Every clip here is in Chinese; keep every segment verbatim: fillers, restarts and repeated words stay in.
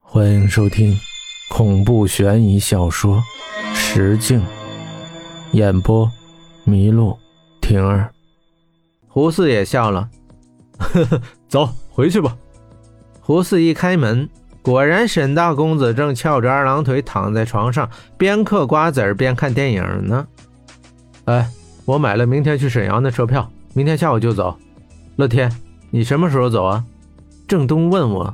欢迎收听恐怖悬疑小说《石镜》，演播麋鹿婷儿。 胡四也笑了， 呵呵，走，回去吧。 胡四一开门，果然沈大公子正翘着二郎腿躺在床上，边嗑瓜子儿边看电影呢。 哎，我买了明天去沈阳的车票，明天下午就走。乐天，你什么时候走啊？ 郑东问我。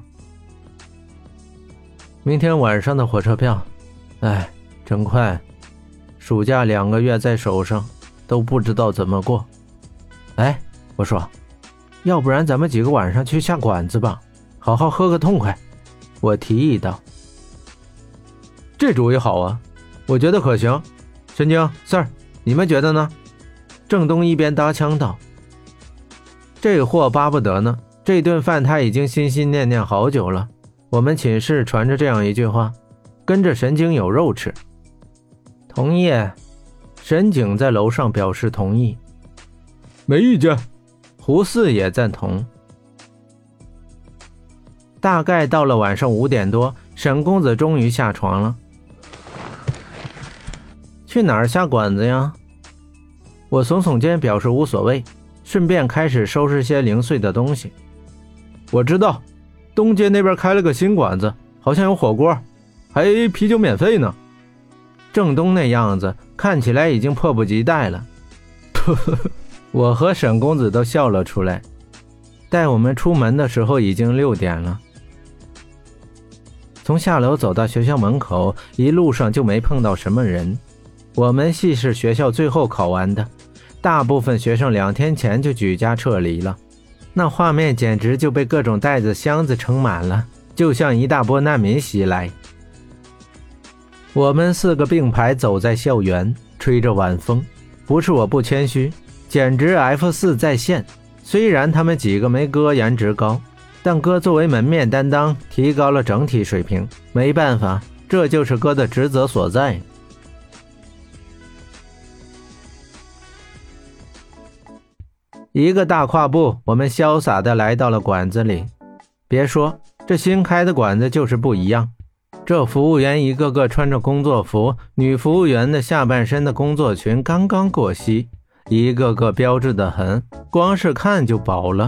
明天晚上的火车票。哎，真快，暑假两个月在手上，都不知道怎么过。哎，我说，要不然咱们几个晚上去下馆子吧，好好喝个痛快。我提议道。 这主意好啊，我觉得可行。神经四儿，你们觉得呢？ 郑东一边搭腔道。这货巴不得呢，这顿饭他已经心心念念好久了。我们寝室传着这样一句话，跟着神经有肉吃。同意。神警在楼上表示同意。 没意见。 胡四也赞同。大概到了晚上五点多，沈公子终于下床了。去哪儿下馆子呀？我耸耸肩表示无所谓，顺便开始收拾些零碎的东西。 我知道东街那边开了个新馆子，好像有火锅，还啤酒免费呢。 郑东那样子看起来已经迫不及待了。我和沈公子都笑了出来。带我们出门的时候已经六点了。从下楼走到学校门口，一路上就没碰到什么人。我们系是学校最后考完的，大部分学生两天前就举家撤离了。那画面简直就被各种袋子箱子盛满了，就像一大波难民袭来。我们四个并排走在校园，吹着晚风，不是我不谦虚，简直 F 四 在线。虽然他们几个没哥颜值高，但哥作为门面担当提高了整体水平，没办法，这就是哥的职责所在。一个大跨步，我们潇洒地来到了馆子里。别说，这新开的馆子就是不一样。这服务员一个个穿着工作服，女服务员的下半身的工作裙刚刚过膝，一个个标致得很，光是看就饱了。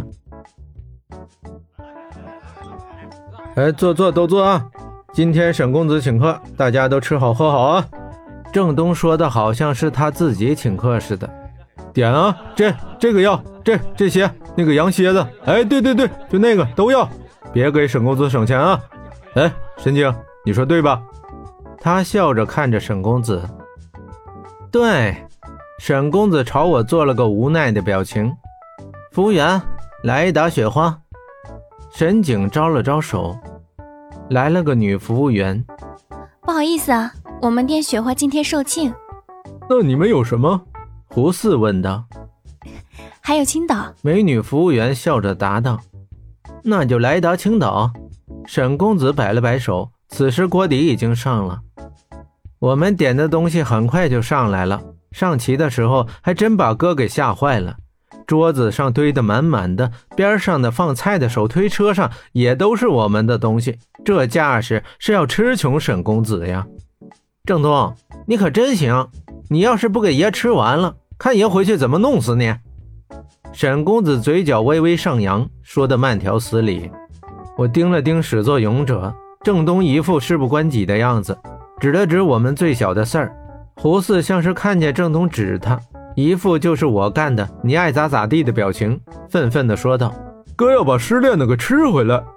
哎，坐坐都坐啊！今天沈公子请客，大家都吃好喝好啊！ 郑东说的好像是他自己请客似的。 点啊，这这个要，这这些那个羊蝎子，哎，对对对，就那个都要，别给沈公子省钱啊！哎，神经，你说对吧？ 他笑着看着沈公子。对，沈公子朝我做了个无奈的表情。服务员，来一打雪花。沈警招了招手，来了个女服务员。 不好意思啊，我们店雪花今天售罄。 那你们有什么？ 胡四问道。 还有青岛。 美女服务员笑着答道。那就来打青岛。沈公子摆了摆手，此时锅底已经上了。我们点的东西很快就上来了，上齐的时候还真把哥给吓坏了。桌子上堆得满满的，边上的放菜的手推车上也都是我们的东西，这架势是要吃穷沈公子呀。郑东，你可真行，你要是不给爷吃完了，看爷回去怎么弄死你。沈公子嘴角微微上扬，说得慢条斯理。我盯了盯始作俑者，郑东一副事不关己的样子，指了指我们最小的四儿。胡四像是看见郑东指他，一副就是我干的，你爱咋咋地的表情，愤愤地说道： 哥要把失恋的给吃回来。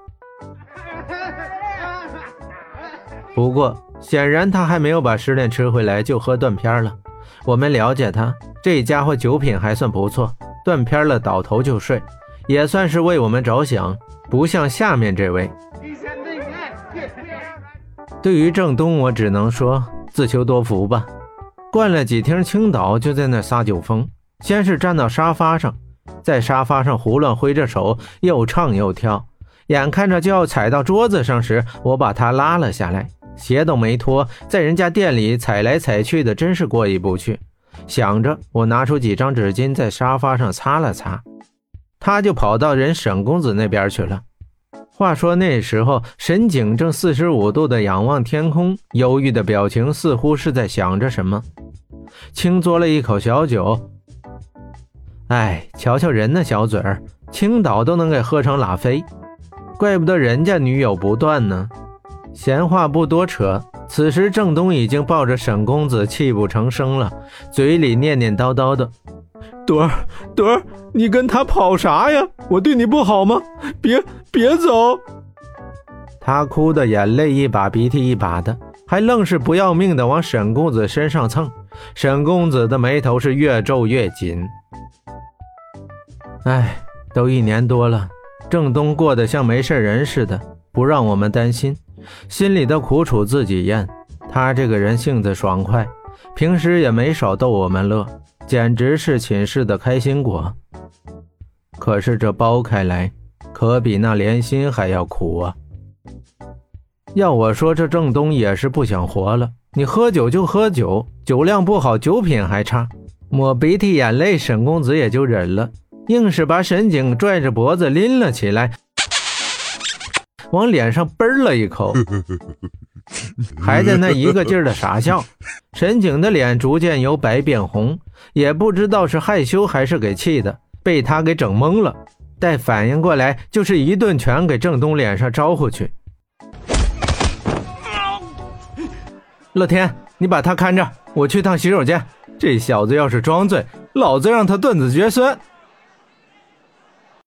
不过显然他还没有把失恋吃回来就喝断片了。我们了解他，这家伙酒品还算不错，断片了倒头就睡，也算是为我们着想，不像下面这位。对于郑东，我只能说自求多福吧。灌了几听青岛就在那撒酒疯，先是站到沙发上，在沙发上胡乱挥着手，又唱又跳，眼看着就要踩到桌子上时，我把他拉了下来，鞋都没脱，在人家店里踩来踩去的，真是过意不去。想着，我拿出几张纸巾在沙发上擦了擦，他就跑到人沈公子那边去了。 话说那时候，沈景正四十五度的仰望天空，忧郁的表情似乎是在想着什么。轻嘬了一口小酒，哎，瞧瞧人那小嘴儿，青岛都能给喝成拉菲，怪不得人家女友不断呢。闲话不多扯，此时郑东已经抱着沈公子泣不成声了，嘴里念念叨叨的： 朵儿，朵儿，你跟他跑啥呀？我对你不好吗？别别走！ 他哭的眼泪一把鼻涕一把的，还愣是不要命的往沈公子身上蹭。沈公子的眉头是越皱越紧。哎，都一年多了，郑东过得像没事人似的，不让我们担心，心里的苦楚自己咽。他这个人性子爽快，平时也没少逗我们乐，简直是寝室的开心果。可是这剥开来，可比那连心还要苦啊。要我说，这郑东也是不想活了。你喝酒就喝酒，酒量不好，酒品还差，抹鼻涕眼泪，沈公子也就忍了，硬是把沈景拽着脖子拎了起来，往脸上嘣了一口，还在那一个劲儿的傻笑。沈景的脸逐渐由白变红，也不知道是害羞还是给气的，被他给整懵了。待反应过来，就是一顿拳给郑东脸上招呼去。乐天，你把他看着，我去趟洗手间。这小子要是装醉，老子让他断子绝孙。